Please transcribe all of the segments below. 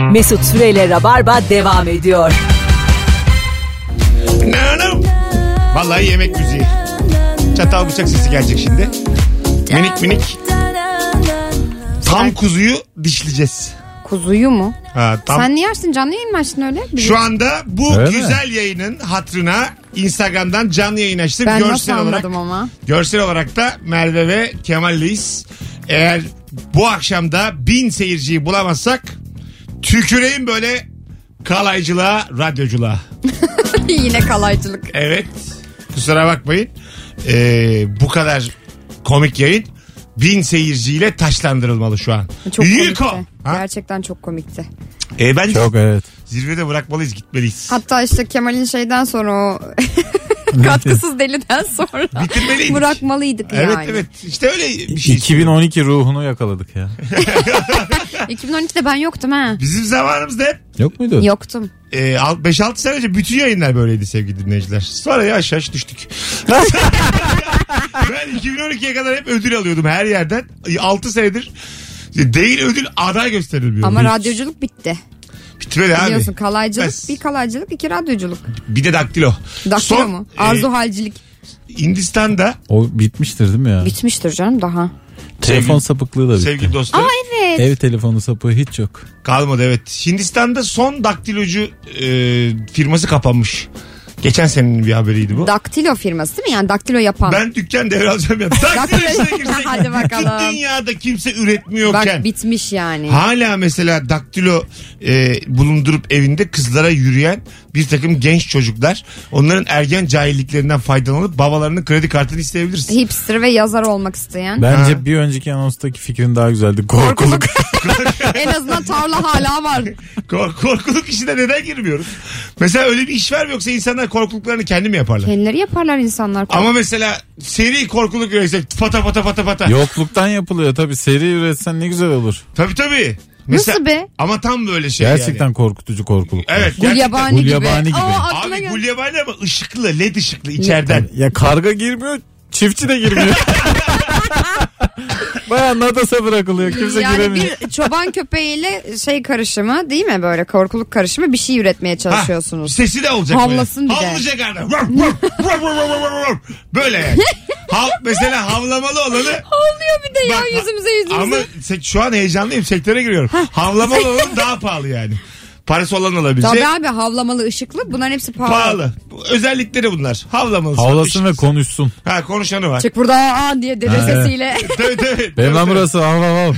Mesut Süreyle Rabarba devam ediyor. Vallahi yemek müziği. Çatal bıçak sesi gelecek şimdi. Minik minik. Tam kuzuyu dişleyeceğiz. Kuzuyu mu? Ha, tam. Sen niye yersin? Canlı yayın mı açtın öyle? Şu anda bu Öyle güzel yayının hatırına Instagram'dan canlı yayın açtım. Ben nasıl görsel olarak, anladım ama? görsel olarak da Merve ve Kemal'leyiz. Eğer bu akşamda 1000 seyirciyi bulamazsak tüküreyim böyle kalaycılığa, radyoculuğa. Yine kalaycılık. Evet. Kusura bakmayın. Bu kadar komik yayın 1000 seyirciyle taşlandırılmalı şu an. Çok Yiko. komikti. Ha? Gerçekten çok komikti. Bence Çok evet. zirvede bırakmalıyız, gitmeliyiz. Hatta işte Kemal'in şeyden sonra o katkısız deliden sonra Bitirmeliydik. bırakmalıydık Evet yani. evet. İşte öyle bir şey. 2012 ruhunu yakaladık ya. 2012'de ben yoktum ha. Bizim zamanımızda hep Yok muydu? Yoktum. 5-6 sene önce bütün yayınlar böyleydi sevgili dinleyiciler. Sonra yavaş yavaş düştük. Ben 2012'ye kadar hep ödül alıyordum her yerden. 6 senedir değil ödül, aday gösterilmiyor. Ama Hiç. radyoculuk bitti. Bitmedi abi. Biliyorsun kalaycılık, Bes. bir kalaycılık, iki radyoculuk. Bir de daktilo. Daktilo mu? Arzu halcilik. Hindistan'da O bitmiştir değil mi ya? Bitmiştir canım daha. Telefon sapıklığı da bitti. sevgili dostlar. Evet. Ev telefonu sapığı hiç yok. Kalmadı evet. Hindistan'da son daktilocu firması kapanmış. Geçen senenin bir haberiydi bu. Daktilo firması değil mi? Yani daktilo yapan. Ben dükkan devralacağım ya. Daktilo işine girsek. Hadi bakalım. Bütün dünyada kimse üretmiyorken. Bak bitmiş yani. Hala mesela daktilo bulundurup evinde kızlara yürüyen bir takım genç çocuklar, onların ergen cahilliklerinden faydalanıp babalarının kredi kartını isteyebilirsin. Hipster ve yazar olmak isteyen. Bence Ha. bir önceki anonstaki fikrin daha güzeldi. Korkuluk. En azından tarla hala var. Korkuluk işine neden girmiyoruz? Mesela öyle bir iş var mı, yoksa insanlar korkuluklarını kendi mi yaparlar? Kendileri yaparlar insanlar. Ama mesela seri korkuluk üretsek pata pata pata pata. Yokluktan yapılıyor tabii. Seri üretsen ne güzel olur. Tabii. Nasıl be? Ama tam böyle şey Gerçekten yani. korkutucu korkuluk. Evet. gerçekten. Gulyabani gibi. Gulyabani gibi. Aklına Abi gel- gulyabani ama ışıklı, led ışıklı içeriden. Ya karga girmiyor, çiftçi de girmiyor. Baya nadasa bırakılıyor. Kimse Yani giremiyor. bir çoban köpeğiyle şey karışımı değil mi, böyle korkuluk karışımı bir şey üretmeye çalışıyorsunuz. Sesi de olacak Havlasın böyle. bir de. Havlayacak arada. Böyle yani. Mesela havlamalı olanı. Oluyor bir de ya, Bak, yüzümüze. Ama şu an heyecanlıyım, sektöre giriyorum. Havlamalı olan daha pahalı yani. Parası olan olabilecek. Tabii abi, havlamalı, ışıklı, bunların hepsi pahalı. Bu özellikleri bunlar. Havlamalı. Havlasın ve konuşsun. Ha, konuşanı var. Çık burada aa diye dede sesiyle. Tabii. Benim lan burası av.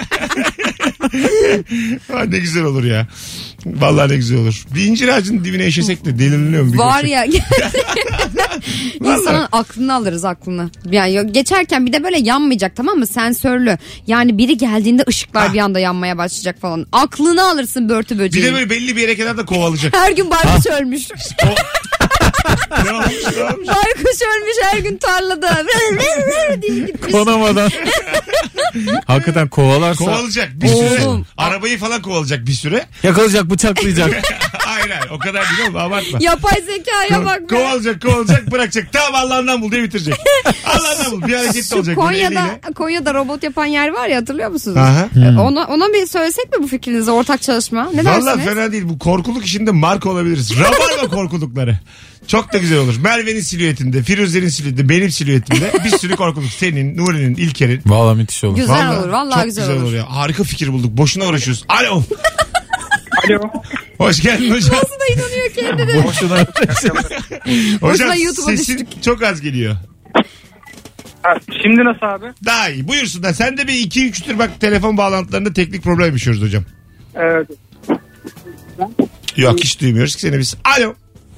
Ha, ne güzel olur ya. Vallahi ne güzel olur. Bir incir ağacının dibine eşesek de deliriliyorum. Var ya. İnsanın aklını alırız, aklını. Yani geçerken bir de böyle yanmayacak, tamam mı? Sensörlü. Yani biri geldiğinde ışıklar bir anda yanmaya başlayacak falan. Aklını alırsın börtü Bir böceği. de böyle belli bir yere kadar da kovalayacak. Her gün baykuş ölmüş. Ne olmuş? Baykuş ölmüş her gün tarlada. diye gitmiş. Konamadan. Hakikaten kovalarsa Kovalayacak bir süre. Oğlum. Arabayı falan kovalayacak bir süre. yakalayacak, bıçaklayacak. Hayır o kadar değil oğlum, abartma. Yapay zekaya bak be. Kovalayacak bırakacak. Tamam, Allah'ından bul diye bitirecek. Allah'ından bul. Bir hareket de olacak. böyle eliyle. Konya'da robot yapan yer var ya, hatırlıyor musunuz? Aha. Ona bir söylesek mi bu fikrinizi, ortak çalışma? Ne Vallahi dersiniz? fena değil. Bu korkuluk işinde marka olabiliriz. Rabarba korkulukları. Çok da güzel olur. Merve'nin silüetinde, Firuze'nin silüetinde, benim silüetimde bir sürü korkuluk. Senin, Nuri'nin, İlker'in. Valla müthiş olur. Güzel olur, vallahi çok güzel olur. ya. Harika fikir bulduk. Boşuna uğraşıyoruz. Alo. Alo. Hoş geldin hocam. Nasıl da inanıyor kendine. Boşuna. Hocam Boşuna YouTube'a sesin düştük. çok az geliyor. Ha, şimdi nasıl abi? Daha iyi. Buyursunlar. Sen de bir 2-3'tür bak, telefon bağlantılarında teknik problem yaşıyoruz hocam. Evet. Yok, hiç duymuyoruz ki seni biz. Alo.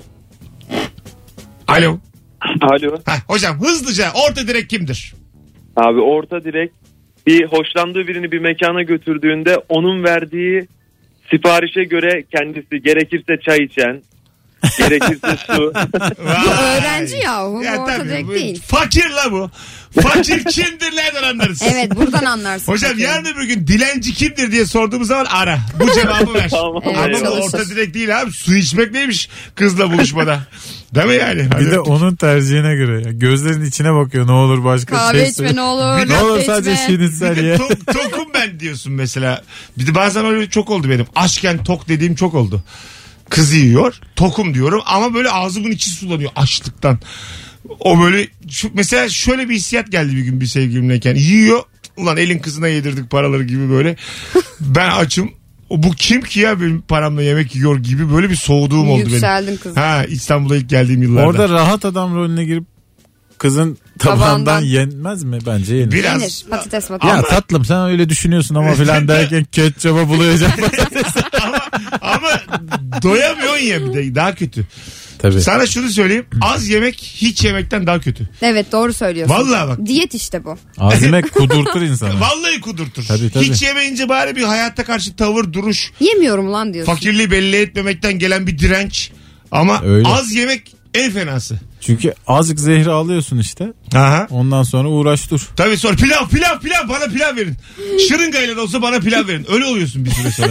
Alo. Alo. Hocam hızlıca orta direk kimdir? Abi orta direk bir hoşlandığı birini bir mekana götürdüğünde onun verdiği siparişe göre kendisi gerekirse çay içen, gerekirse su. Bu öğrenci yahu. Bu orta tabii, direkt bu değil. Fakir la bu. Fakir kimdir, nereden anlarız? Evet, buradan anlarsın. Hocam fakir. yarın öbür gün dilenci kimdir diye sorduğumuz zaman ara. Bu cevabı ver. Tamam. Evet, Ama bu çalışır. orta direkt değil abi. Su içmek neymiş kızla buluşmada? Değil mi yani? Bir de onun tercihine göre. Gözlerin içine bakıyor, ne olur başka Kahve şey içme ne olur. Ne olur latte sadece içme. şinitsel ye. Tokum ben diyorsun mesela. Bir de bazen öyle çok oldu benim. Aşken tok dediğim çok oldu. Kız yiyor. Tokum diyorum ama böyle ağzımın içi sulanıyor açlıktan. O böyle mesela şöyle bir hissiyat geldi bir gün bir sevgilimleyken. Yiyor. Ulan elin kızına yedirdik paraları gibi böyle. Ben açım. Bu kim ki ya benim paramla yemek yiyor gibi böyle bir soğuduğum oldu benim. Yükseldin kız. Ha, İstanbul'a ilk geldiğim yıllarda. Orada rahat adam rolüne girip kızın tabağından Tabağından. yenmez mi? Bence yenir. biraz Yenir. Patates Ya patates. tatlım sen öyle düşünüyorsun ama filan derken ketçaba bulayacak patates. ama doyamıyorsun ya, bir de daha kötü. Tabii. Sana şunu söyleyeyim. Az yemek hiç yemekten daha kötü. Evet doğru söylüyorsun. Vallahi bak. Diyet işte bu. Az yemek kudurtur insanı. Vallahi kudurtur. Tabii, tabii. Hiç yemeyince bari bir hayata karşı tavır, duruş, Yemiyorum lan diyorsun. fakirliği belli etmemekten gelen bir direnç. Ama Öyle. az yemek en fenası. Çünkü azıcık zehri alıyorsun işte. Aha. Ondan sonra uğraş dur. Tabii sonra pilav bana pilav verin. Şırıngayla da olsa bana pilav verin. Öyle oluyorsun bir süre sonra.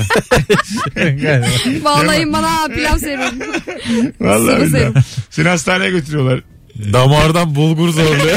Vallahi bana pilav serin. Vallahi Sıvı billahi. serum. Seni hastaneye götürüyorlar. Damardan bulgur zorluyor.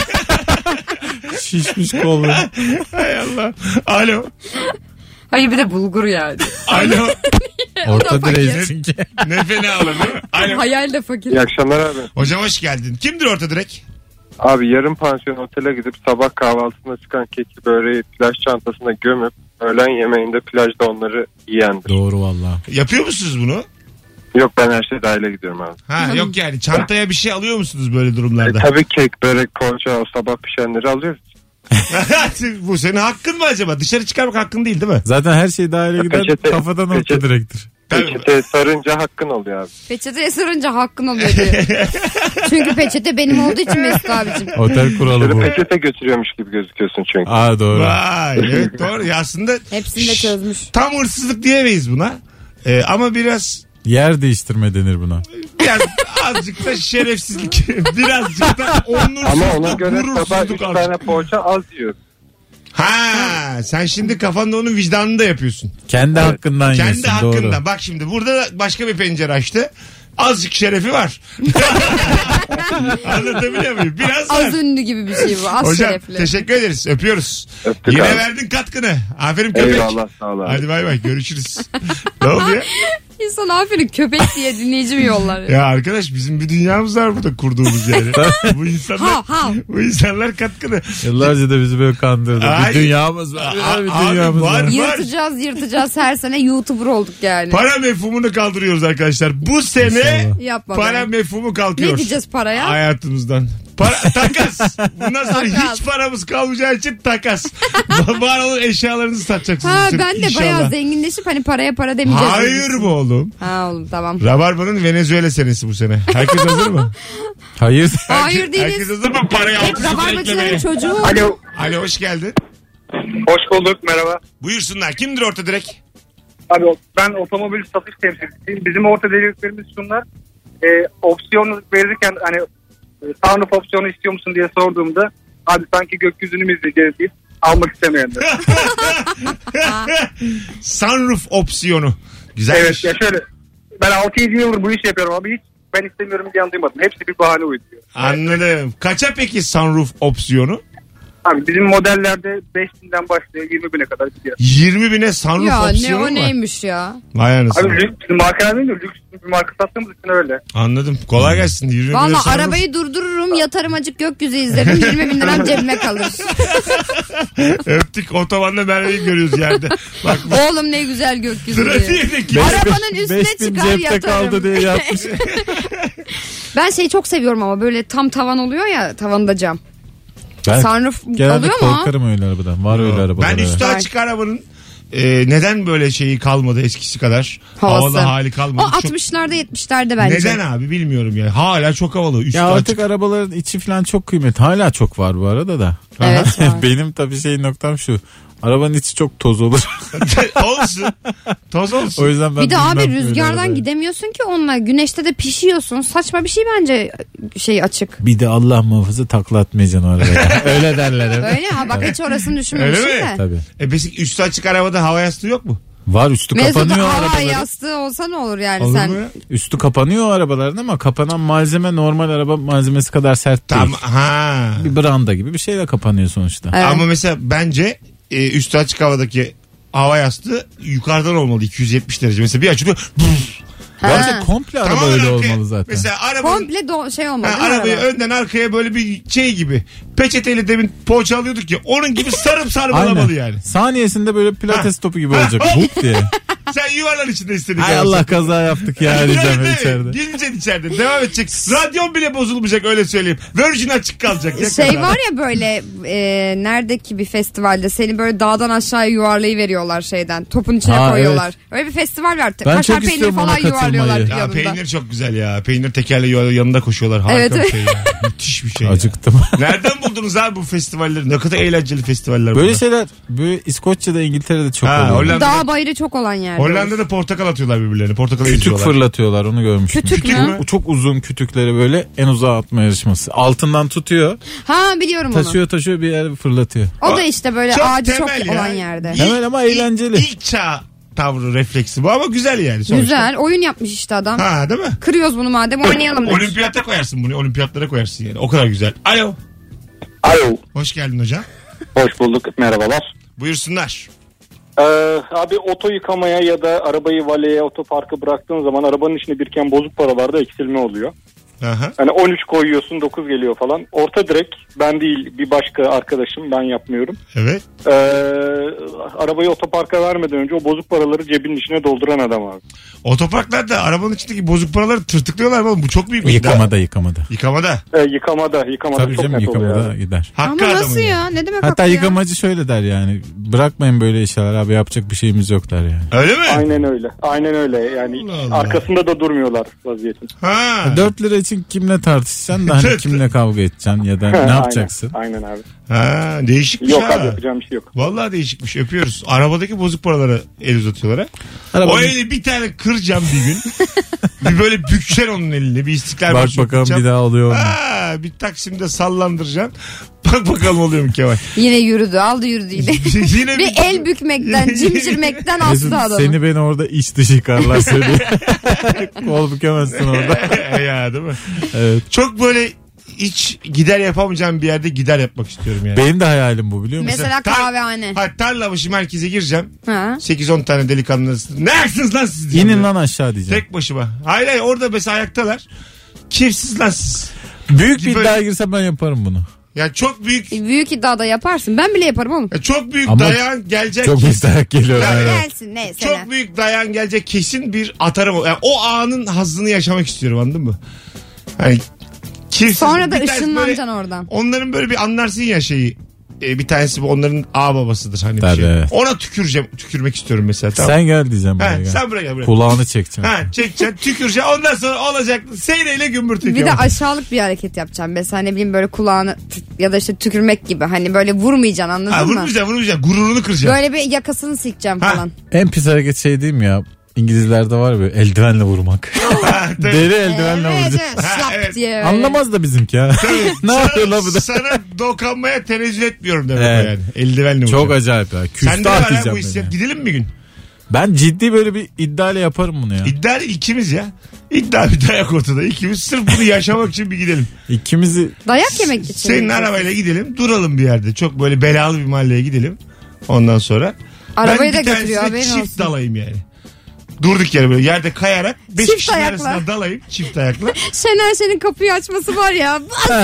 Şişmiş kollu. Hay Allah. Alo. Hayır bir de bulgur yani. Alo. Orta fakir. direğiz çünkü. Ne fena olur değil mi? Alo. Hayal de fakir. İyi akşamlar abi. Hocam hoş geldin. Kimdir orta direk? Abi yarım pansiyon otele gidip sabah kahvaltısında çıkan keki böreği plaj çantasına gömüp öğlen yemeğinde plajda onları yiyendir. Doğru valla. Yapıyor musunuz bunu? Yok ben her şey dahile gidiyorum abi. Ha yok yani çantaya bir şey alıyor musunuz böyle durumlarda? Tabii kek, börek, poğaça o sabah pişenleri alıyoruz. Bu senin hakkın mı acaba? Dışarı çıkarmak hakkın değil değil mi? Zaten her şey dahile gider Peçete- kafadan orta peçete- direktir. Peçete sarınca hakkın oluyor abi. Peçeteye sarınca hakkın oluyor diyor. Çünkü peçete benim olduğu için Mesut abicim. Otel kuralı bu. Peçete götürüyormuş gibi gözüküyorsun çünkü. Aa doğru. Vay evet doğru. Ya aslında Hepsini de çözmüş. tam hırsızlık diyemeyiz buna. Ama biraz Yer değiştirme denir buna. azıcık da şerefsizlik. Birazcık da onursuzluk, Ama ona göre sabah 3 gurursuzluk azıcık. tane poğaça az yiyor. Ha, sen şimdi kafanda onun vicdanını da yapıyorsun. Kendi hakkından Kendi yesin hakkından. doğru. Bak şimdi burada da başka bir pencere açtı. Azıcık şerefi var. Anlatabiliyor muyum? Biraz var. Az ünlü gibi bir şey bu. Az Hocam şerefli. teşekkür ederiz. Öpüyoruz. Öptük Yine abi. verdin katkını. Aferin köpek. Eyvallah sağ ol abi. Hadi bay bay görüşürüz. Ne oldu ya? İnsan aferin köpek diye dinleyici mi yollar? Ya arkadaş bizim bir dünyamız var burada kurduğumuz yani. bu insanlar Ha, ha. bu insanlar katkını. Yıllarca da bizi böyle kandırdı. Ay. Bir dünyamız var. ya, bir Abi, dünyamız var. var. Yırtacağız her sene YouTuber olduk yani. Para mefhumunu kaldırıyoruz arkadaşlar. Bu sene İnşallah. Yapma para be. mefhumu kalkıyor. Ne diyeceğiz paraya? Hayatımızdan. Takas. Bundan sonra Takas. hiç paramız kalmayacağı için takas. Var olan eşyalarınızı satacaksınız. Ha sırf ben de inşallah. bayağı zenginleşip hani paraya para demeyeceğiz. Hayır bu oğlum. Ha oğlum tamam. Rabarba'nın Venezuela senesi bu sene. Herkes hazır mı? Hayır. Hayır değiliz. Herkes hazır mı parayı Hep altı sıfır rabarbacıların eklemeye? çocuğu. Alo. Alo hoş geldin. Hoş bulduk merhaba. Buyursunlar. Kimdir orta direk? Abi ben otomobil satış temsilcisiyim. Bizim orta dediklerimiz şunlar. Opsiyonu verirken hani sunroof opsiyonu istiyor musun diye sorduğumda abi sanki gökyüzünü mü izleyeceğiz deyip almak istemeyenler. Sunroof opsiyonu. Güzelmiş. Evet ya şöyle ben 6-7 yıldır bu işi yapıyorum abi hiç ben istemiyorum diye duymadım. Hepsi bir bahane uyduruyor. Anladım. Kaça peki sunroof opsiyonu? Abi bizim modellerde 5.000'den başlıyor 20.000'e kadar gidiyor. 20.000'e sunroof Ya ne opsiyonu o mu var? neymiş ya. Vay anasını. Abi lüks markalar değil de lüks bir marka sattığımız için öyle. Anladım. Kolay gelsin. 20.000'e Valla sunroof. arabayı durdururum yatarım acık gökyüzü izlerim 20 bin liram cebime kalır. Öptük otobanda Merve'yi görüyoruz yerde. Bak Oğlum ne güzel gökyüzü diye. trafiğe Arabanın üstüne 5000 çıkar cepte yatarım. kaldı diye yapmış. Ben şeyi çok seviyorum ama böyle tam tavan oluyor ya tavanında cam. Ben Sunroof genelde oluyor mu? korkarım öyle arabadan. Var öyle arabalar. Ben üstü evet. açık arabanın neden böyle şeyi kalmadı eskisi kadar? Havası. Havalı hali O kalmadı. Çok- 60'larda 70'lerde bence. Neden abi bilmiyorum ya. Hala çok havalı. Üstü Ya açık. artık arabaların içi falan çok kıymetli. Hala çok var bu arada da. Evet var. Benim tabii noktam şu. Arabanın içi çok toz olur. olsun. Toz olsun. O yüzden ben Bir de abi bilmem öyle rüzgardan arabayı. gidemiyorsun ki onunla. Güneşte de pişiyorsun. Saçma bir şey bence şey açık. Bir de Allah muhafaza takla atmayacaksın o arabaya. Öyle derler hep. Öyle ha bak hiç orasını düşünmemişim Öyle mi? de. Tabii. Peki üstü açık arabada hava yastığı yok mu? Var, üstü Mesut kapanıyor hava arabaların. yastığı olsa ne olur yani Olur sen. mu ya? Üstü kapanıyor arabaların ama kapanan malzeme normal araba malzemesi kadar sert değil. Tamam. Ha. Bir branda gibi bir şeyle kapanıyor sonuçta. Evet. Ama mesela bence üstü açık havadaki hava yastığı yukarıdan olmalı 270 derece. Mesela bir açılıyor. Bence Ha. komple araba Tamamen öyle arkaya- olmalı zaten. Mesela arabanın Komple şey olmadı değil mi arabayı araba? önden arkaya böyle bir şey gibi peçeteyle demin poğaça alıyorduk ya onun gibi sarıp sarmalamalı yani. Saniyesinde böyle pilates topu gibi Ha. olacak. Hop diye. Sen yuvarlan içinde istediğin Hay Allah kaza yaptık ya diyeceğim içeride. Geleceksin içeride devam edecek. Radyon bile bozulmayacak öyle söyleyeyim. Virgin açık kalacak. Ya Şey kadar. var ya böyle neredeki bir festivalde seni böyle dağdan aşağıya yuvarlayıveriyorlar şeyden. Topun içine Ha, koyuyorlar. Öyle bir festival var. Ben Kaşar çok peyniri istiyorum falan ona katılmayı. yuvarlıyorlar Ya yanında. peynir çok güzel ya. Peynir tekerle yanında koşuyorlar. Harika Evet, bir evet. şey ya. Müthiş bir şey. ya. Acıktım. Nereden buldunuz abi bu festivalleri? Ne kadar eğlenceli festivaller Böyle bunlar. şeyler böyle İskoçya'da, İngiltere'de çok Ha, oluyor. Hollanda'da, Dağ bayırı çok olan yerde. Hollanda'da portakal atıyorlar birbirlerine. Portakal Kütük eziyorlar. fırlatıyorlar, onu görmüştüm. Kütük mü? O çok uzun kütükleri böyle en uzağa atma yarışması. Altından tutuyor, Ha biliyorum onu. taşıyor bir yere fırlatıyor. O da işte böyle ağacı çok temel ya. olan yerde. Temel ama eğlenceli. İlk çağ tavrı refleksi bu ama güzel yani sonuçta. Güzel. Oyun yapmış işte adam. Ha değil mi? Kırıyoruz bunu madem oynayalım demiş. Olimpiyata koyarsın bunu. Olimpiyatlara koyarsın yani. O kadar güzel. Alo. Alo. Hoş geldin hocam. Hoş bulduk. Merhabalar. Buyursunlar. Abi oto yıkamaya ya da arabayı valeye otoparka bıraktığın zaman arabanın içinde biriken bozuk paralarda eksilme oluyor. Aha. Hani 13 koyuyorsun 9 geliyor falan. Orta direk ben değil bir başka arkadaşım, ben yapmıyorum. Evet. Arabayı otoparka vermeden önce o bozuk paraları cebinin içine dolduran adam abi. Otoparklarda arabanın içindeki bozuk paraları tırtıklıyorlar oğlum. Bu çok büyük bir iddia. Yıkamada. Yıkamada. Yıkamada Tabii çok canım, net oluyor. yıkamada abi. gider. Hakkı Ama adamın nasıl yani. ya? Ne demek Hatta hakkı ya? yıkamacı şöyle der yani. Bırakmayın böyle eşyalar abi, yapacak bir şeyimiz yok der yani. Öyle mi? Aynen öyle. Aynen öyle. Yani Allah Allah. arkasında da durmuyorlar vaziyetin. Ha. 4 lira için kimle tartışacaksın da hani kimle kavga edeceksin ya da ne yapacaksın? Aynen abi. Ha, değişikmiş Yok ha. abi, yapacağım bir şey yok. Vallahi değişikmiş. Öpüyoruz. Arabadaki bozuk paraları el uzatıyorlar ha. Arabanın- O eli bir tane kıracağım bir gün. bir böyle bükeceksin onun elini. Bir istiklal Bak marşı bakalım okutacağım. bir daha oluyor mu? Ha, bir Taksim'de sallandıracaksın. Bak bakalım oluyor mu Kemal? Yine yürüdü. Aldı yürüdü yine. Yine Bir el bükmekten, cimcirmekten Mesut, astı adamı. seni beni orada iç dışı yıkarlar söylüyor. Kol bükemezsin orada. ya değil mi? Evet. Çok böyle hiç gider yapamayacağım bir yerde gider yapmak istiyorum yani. Benim de hayalim bu, biliyor musun? Mesela kahvehane. Ha, Tarlabaşı merkeze gireceğim. Ha. 8-10 tane delikanlı. Ne ayaksınız lan siz? diyeceğim İnin böyle. lan aşağı diyeceğim. Tek başıma. Hayır orada mesela ayaktalar. Kimsiz lan siz? Büyük bir Böyle- iddiaya girsem ben yaparım bunu. Ya çok büyük Büyük iddiada yaparsın. Ben bile yaparım oğlum. çok büyük Ama dayan gelecek. Çok büyük dayak geliyor. Ya, aynen. Gelsin neyse. Çok büyük dayan gelecek kesin bir atarım. Yani o anın hazzını yaşamak istiyorum, anladın mı? Hani kimsiz, Sonra da bir tanesi ışınlanacaksın böyle- oradan. Onların böyle bir anlarsın ya şeyi. Bir tanesi bu onların ağababasıdır hani Tabii, bir şey. evet. Ona tükürmek istiyorum mesela. Tamam. Sen gel diyeceğim. Ha, buraya gel. sen buraya gel. Kulağını çekeceksin. Ha, çekeceksin, tüküreceksin. Ondan sonra olacak seyreyle gümbürtü. Bir de aşağılık bir hareket yapacağım. Mesela ne bileyim böyle kulağını ya da işte tükürmek gibi. Hani böyle vurmayacaksın, anladın Ha, mı? vurmayacaksın. Gururunu kıracaksın. Böyle bir yakasını sikeceğim Ha. falan. En pis hareket şey değil mi ya? İngilizlerde var böyle eldivenle vurmak. Ha, tabii. Deri eldivenle Evet, vuracak. evet, Ha, şlap evet. diye böyle. Anlamaz da bizimki ya. Ne yapıyor la bu da? Sana dokanmaya tenezzül etmiyorum demek Evet. o yani. Eldivenle Çok vuracağım. acayip ya. Sende Küste var ha atacağım bu beni. hissiyat. Gidelim mi bir gün? Ben ciddi böyle bir iddiayla yaparım bunu ya. İddia ikimiz ya. İddia bir dayak ortada. İkimiz sırf bunu yaşamak için bir gidelim. İkimizi Dayak yemek için. Senin mi? arabayla gidelim. Duralım bir yerde. Çok böyle belalı bir mahalleye gidelim. Ondan sonra. Arabayı ben da bir götürüyor, tanesine haberin çift olsun. dalayım yani. Durduk yere böyle yerde kayarak 5 Çift kişinin ayakla. arasına dalayım çift ayakla. Şener Şen'in kapıyı açması var ya.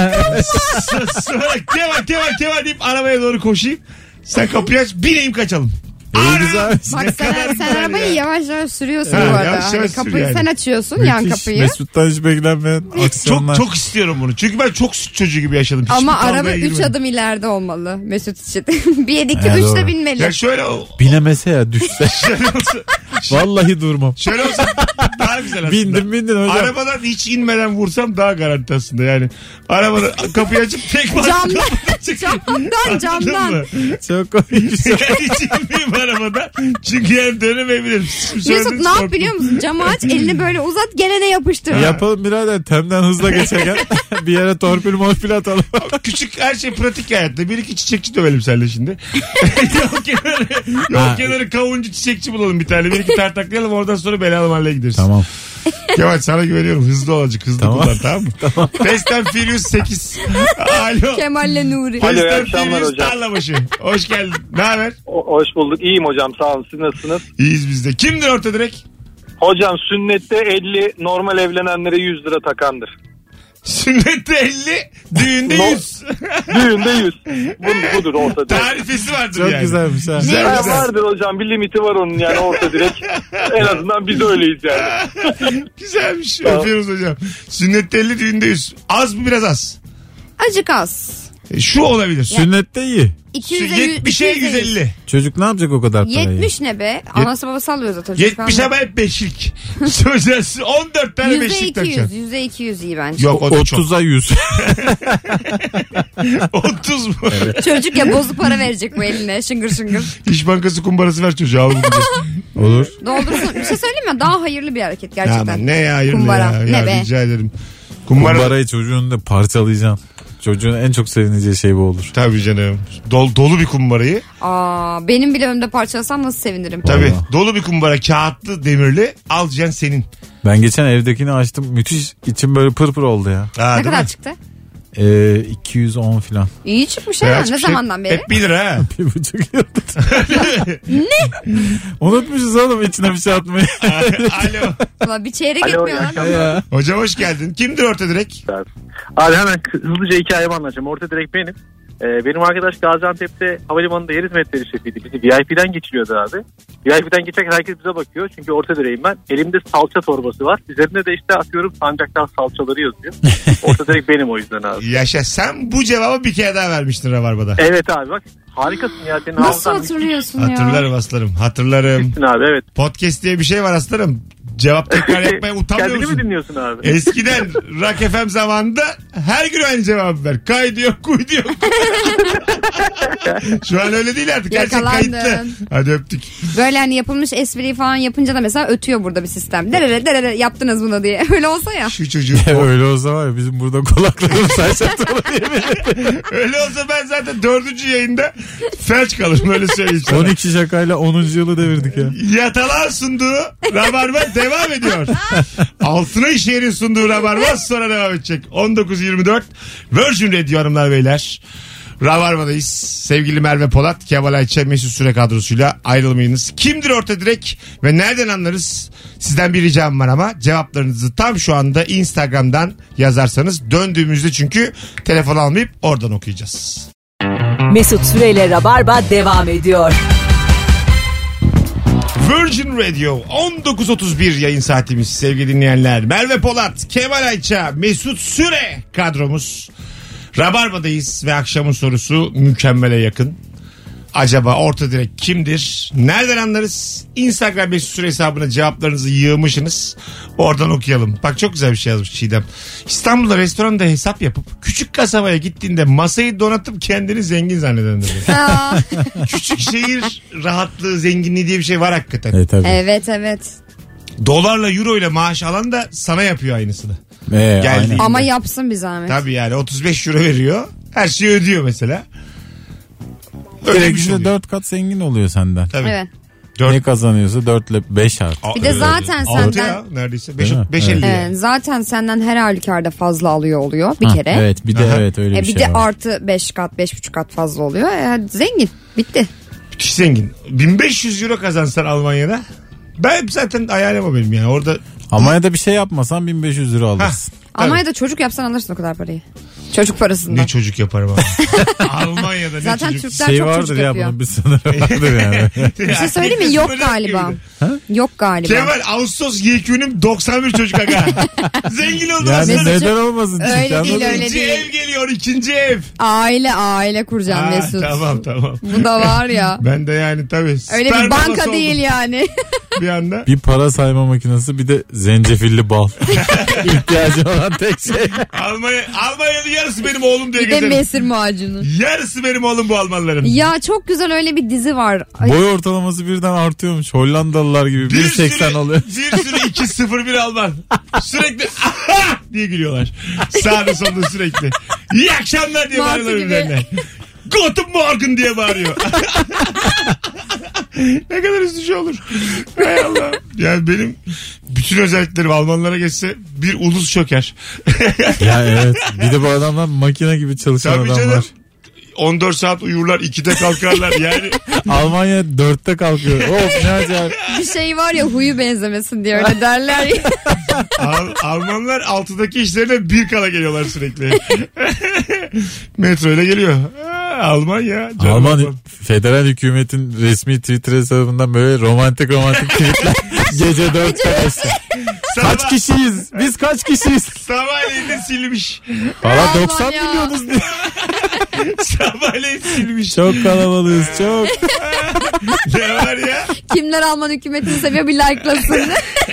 Sonra Kemal deyip arabaya doğru koşayım. Sen kapıyı aç bineyim kaçalım. iyi güzel. Bak sen arabayı yavaş yavaş sürüyorsun Ha, bu arada. yavaş Hani yavaş sür kapıyı yani. sen açıyorsun yan Müthiş. kapıyı. Mesut'tan hiç beklenmeyen aksiyonlar. Çok istiyorum bunu. Çünkü ben çok süt çocuğu gibi yaşadım. Hiçbir Ama kavgaya araba 3 girmedim. adım ileride olmalı Mesut için. 1, 2, Ha, 3 doğru. de binmeli. Ya şöyle Binemese ya düşse. şöyle olsa, Vallahi durmam. şöyle olsa daha güzel aslında. Bindin hocam. Arabadan hiç inmeden vursam daha garanti aslında yani. Arabanın kapıyı açıp tek bas. Camdan, Anladın camdan. mı? Çok komik bir şey. Yani hiç inmeyeyim arabadan. Çünkü yani dönemeyebilirim. Mesut ne yap biliyor musun? Camı aç elini böyle uzat gelene yapıştır. Yapalım birader, temden hızla geçerken Bir yere torpil atalım. Küçük her şey pratik hayatta. Bir iki çiçekçi dövelim seninle şimdi. Yol kenarı kavuncu çiçekçi bulalım bir tane. Bir iki tartaklayalım, oradan sonra belalı mahalleye gideriz. Tamam. Kemal sana güveniyorum. Hızlı olacak. Hızlı kullan, tamam mı? Tamam. Fast and Furious 8. Alo. Kemal'le Nuri. Alo, Fast iyi and akşamlar Furious hocam. Tarlabaşı. Hoş geldin. Ne haber? Hoş bulduk. İyiyim hocam, sağ olun. Siz nasılsınız? İyiyiz biz de. Kimdir orta direk? Hocam sünnette 50, normal evlenenlere 100 lira takandır. Sünnette 50, düğünde 100. Düğünde 100. Budur orta direk. Tarifesi vardır Çok yani. güzelmiş ha. Güzel, Ha, güzel. vardır hocam, bir limiti var onun yani orta direk. En azından biz öyleyiz yani. Güzelmiş. Tamam. Öpüyoruz hocam. Sünnette 50, düğünde 100. Az mı biraz az? Azıcık az. Şu olabilir. Sünnette iyi. 70'e 150. Çocuk ne yapacak o kadar parayı? 70 ne be? Anası babası alıyor zaten. 70 ama hep beşlik. Sözlersiz 14 tane beşlik takacaksın. %200 iyi bence. Yok, o da çok. 30'a 100. 30 mu? Çocuk ya, bozuk para verecek bu eline şıngır şıngır. İş Bankası kumbarası ver çocuğa. Al bunu. Olur. Doldursun. Bir şey söyleyeyim mi? Daha hayırlı bir hareket gerçekten. Aman ne ya, hayırlı Kumbara. ya. Ne Ya, be? rica ederim. Kumbara. Kumbarayı çocuğun da parçalayacaksın. Çocuğun en çok sevineceği şey bu olur. Tabii canım. Dolu bir kumbarayı. Benim bile önümde parçalasam nasıl sevinirim. Tabii. Vallahi. Dolu bir kumbara, kağıtlı, demirli. Alacaksın senin. Ben geçen evdekini açtım. Müthiş, içim böyle pırpır oldu ya. Ne kadar çıktı? 210 falan. İyi çıkmış ha. Beyaz Ne bir şey. zamandan beri? Hep 1 lira ha. 1,5 yıldır. Ne? Unutmuşuz oğlum içine bir şey atmayı. Alo. Ulan bir çeyrek Alo, etmiyor lan. Ya. Hocam hoş geldin. Kimdir orta direk? Abi hemen hızlıca hikayemi anlatacağım. Orta direk benim. Benim arkadaş Gaziantep'te havalimanında yer hizmetleri şefiydi. Bizi VIP'den geçiriyordu abi. VIP'den geçerken herkes bize bakıyor. Çünkü orta direğim ben. Elimde salça torbası var. Üzerinde de işte atıyorum sancaktan salçaları yazıyor. Orta direk benim o yüzden abi. Yaşa, sen bu cevabı bir kere daha vermiştin Rabarba'da. Evet abi bak. Harikasın ya. Senin Nasıl hafızan hatırlıyorsun ya? Hatırlarım aslanım, hatırlarım. müthişsin abi, evet. Podcast diye bir şey var aslanım. Cevap tekrar yapmaya utanmıyor Kendini musun? mi dinliyorsun abi? Eskiden Rock FM zamanında her gün aynı cevabı ver. Kaydı yok, kuydu yok. Şu an öyle değil artık. Her şey Yakalandın. kayıtlı. Hadi öptük. Böyle hani yapılmış espriyi falan yapınca da mesela ötüyor burada bir sistem. Derere yaptınız bunu diye. Öyle olsa ya. Şu çocuğu. Öyle olsa var ya bizim burada kulaklarımız saçakta Öyle olsa ben zaten 4. yayında felç kalırım, öyle söyleyeyim sana. 12 şakayla 10. yılı devirdik ya. Yatalar sunduğu Rabarba devam ediyor. Altına işlerin sunduğu Rabarba sonra devam edecek. 19.24 Virgin Radio hanımlar beyler. Rabarba'dayız. Sevgili Merve Polat, Kemal Ayça, Mesut Süre kadrosuyla ayrılmayınız. Kimdir orta direk ve nereden anlarız? Sizden bir ricam var ama cevaplarınızı tam şu anda Instagram'dan yazarsanız, döndüğümüzde çünkü telefon almayıp oradan okuyacağız. Mesut Süreyle Rabarba devam ediyor. Virgin Radio 19.31 yayın saatimiz sevgili dinleyenler. Merve Polat, Kemal Ayça, Mesut Süre kadromuz. Rabarba'dayız ve akşamın sorusu mükemmele yakın. Acaba orta direk kimdir? Nereden anlarız? Instagram Mesut Süre hesabına cevaplarınızı yığmışsınız. Oradan okuyalım. Bak çok güzel bir şey yazmış Çiğdem. İstanbul'da restoranda hesap yapıp küçük kasabaya gittiğinde masayı donatıp kendini zengin zanneden dedi. Küçük şehir rahatlığı, zenginliği diye bir şey var hakikaten. Evet tabii. Evet. Dolarla, euro ile maaş alan da sana yapıyor aynısını. Aynen. Geldi. Ama yapsın bir zahmet. Tabii yani 35 euro veriyor. Her şeyi ödüyor mesela. Öyle Direkt bir şey işte oluyor. 4 kat zengin oluyor senden. Tabii. Evet. Ne kazanıyorsa 4 ile 5 art. Bir de zaten Altı senden ya neredeyse. Değil mi? 5.50 Evet. yani. zaten senden her halükarda fazla alıyor oluyor bir Ha, kere. Evet bir de Aha. evet öyle bir Bir şey de var. artı 5 kat 5,5 kat fazla oluyor. Zengin. Bitti. Müthiş zengin. 1500 euro kazansan Almanya'da. Ben zaten hayalim o benim yani. Orada Almanya'da bir şey yapmasan 1500 lira alırsın. tabii. Almanya'da çocuk yapsan alırsın o kadar parayı. Çocuk parasından. Ne çocuk yaparım abi. Almanya'da ne Zaten çocuk. Türkler Şey çok vardır çocuk ya yapıyor. bunun bir sınırı vardır yani. Bir şey söyleyeyim mi? Yok galiba. Yok galiba. Kemal Ağustos yekünüm 91 çocuk aga. Zengin oldum Yani aslında. neden olmasın? Öyle Çünkü değil, anladın mı? öyle İkinci değil. ev geliyor, ikinci ev. Aile kuracağım Ha, Mesut. tamam. Bu da var ya. Ben de yani tabii. Öyle sperm bir banka babası değil oldum. yani. bir anda. Bir para sayma makinesi, bir de zencefilli bal. İhtiyacı olan tek şey. Almanya'da yarısı benim oğlum diye Bir de gezerim. mesir macunu. Yarısı benim oğlum bu Almanların. Ya çok güzel öyle bir dizi var. Ay, Boy ortalaması birden artıyormuş. Hollandalılar gibi 1.80 oluyor. Bir sürü 2-0-1 Alman. Sürekli aha diye gülüyorlar. Sağda solda sürekli. İyi akşamlar diye Martı bağırıyorlar gibi. üzerine. Guten Morgen diye bağırıyor. Ne kadar üzücü olur. Hay Allah. Yani benim bütün özelliklerim Almanlara geçse bir ulus çöker. Ya evet. Bir de bu adamlar makine gibi çalışan Tabii adamlar. canım. 14 saat uyurlar, 2'de kalkarlar yani. Almanya 4'te kalkıyor. Of ne acayip. bir şey var ya, huyu benzemesin diye öyle derler ya. Almanlar 6'daki işlerine 1 kala geliyorlar sürekli. Metro ile geliyor. Almanya. Alman federal hükümetin resmi Twitter hesabından böyle romantik tweetler. Gece 4'te başlıyor. Kaç kişiyiz? Biz kaç kişiyiz? Sabahleyin de silmiş. Valla 90 Almanya. milyonuz diye. Sabahleyin silmiş. Çok kalabalığız çok. Ne var ya? Kimler Alman hükümetini seviyor bir like'lasın.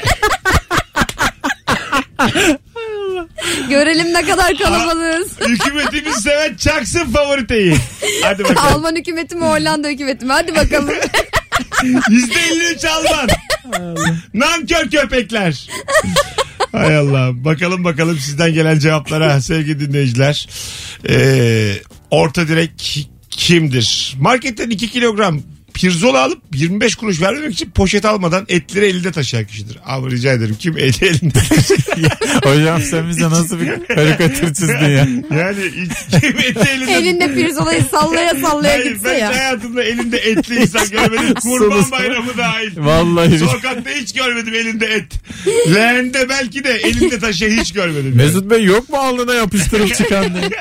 Görelim ne kadar kalabalığız. Hükümetimiz seven çaksın favoriteyi. Hadi bakalım. Alman hükümeti mi Hollanda hükümeti mi? Hadi bakalım. %53 Alman. Nankör köpekler. Hay Allah. Bakalım sizden gelen cevaplara sevgili dinleyiciler. Orta direk kimdir? Marketten 2 kilogram pirzola alıp 25 kuruş vermemek için poşet almadan etleri elinde taşıyan kişidir. Abi rica ederim, kim eli elinde taşıyor? Hocam sen bize nasıl bir karikatür çizdin ya? Yani kim eti elinde? Elinde pirzolayı sallaya sallaya Hayır, gitse ben ya. hayatımda elinde etli insan görmedim. Kurban bayramı dahil. Vallahi. Sokakta hiç görmedim elinde et. Leğende belki de elinde taşıyan hiç görmedim. Mesut Bey yok mu alnına yapıştırıp çıkan diye?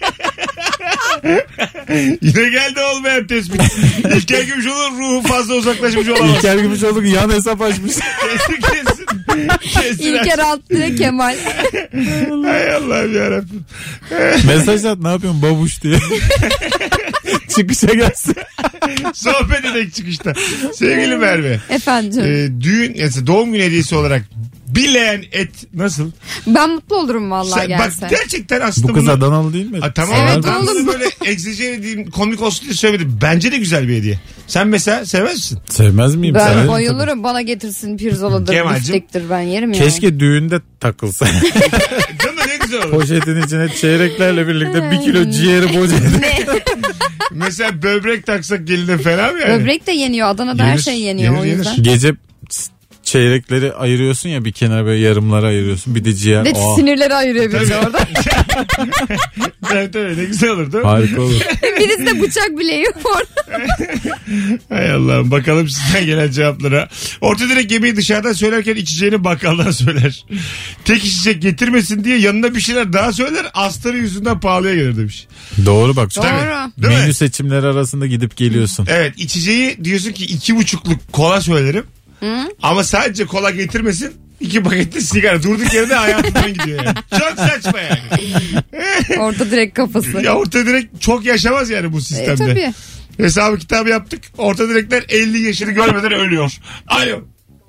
Yine geldi olmayan tespit. İlker Gümüşoğlu'nun ruhu fazla uzaklaşmış olamaz. İlker Gümüşoğlu yan hesap açmış. Kesin. İlker Altınok Kemal. Hay Allah'ım yarabbim. Mesaj at, ne yapıyorsun babuş diye. Çıkışa gelsin. Sohbet edek çıkışta. Sevgili Merve. Efendim. Düğün, yani doğum günü hediyesi olarak bileyen et nasıl? Ben mutlu olurum vallahi gelse. Bak gerçekten aslında Bu kız bunu... Adanalı değil mi? Tamam, Evet, ben oğlum. bunu böyle egzajere edeyim, komik olsun diye söylemedim. Bence de güzel bir hediye. Sen mesela sevmez misin? Sevmez miyim? Ben Severim bayılırım. Bana getirsin pirzoladır, Kemal'cim. biftektir, ben yerim tabii. ya. Keşke düğünde takılsa. Değil mi? Ne güzel olur. Poşetin içine çeyreklerle birlikte 1 kilo ciğeri boca edin. Mesela böbrek taksak geline fena mı yani? Böbrek de yeniyor. Adana'da her Yenir, şey yeniyor yenir, o yüzden. yenir. Gece çeyrekleri ayırıyorsun ya, bir kenara böyle yarımlara ayırıyorsun. Bir de ciğer. De Oh, sinirleri ayırıyor birisi orada. Evet evet, ne güzel olur değil mi? harika olur. Birisi de bıçak bileği orada. Hay Allah'ım, bakalım sizden gelen cevaplara. Orta direkt yemeği dışarıdan söylerken içeceğini bakkaldan söyler. Tek içecek getirmesin diye yanına bir şeyler daha söyler. Astarı yüzünden pahalıya gelir demiş. Doğru bak. Doğru. Değil mi? Menü seçimleri arasında gidip geliyorsun. Evet, içeceği diyorsun ki 2,5'luk kola söylerim. Ama sadece kola getirmesin. 2 paketli sigara. Durduk yerde hayatından gidiyor yani. Çok saçma yani. Orada direkt kafası. Ya orta direkt çok yaşamaz yani bu sistemde. Tabii. Hesabı kitabı yaptık. Orta direkler 50 yaşını görmeden ölüyor. Alo.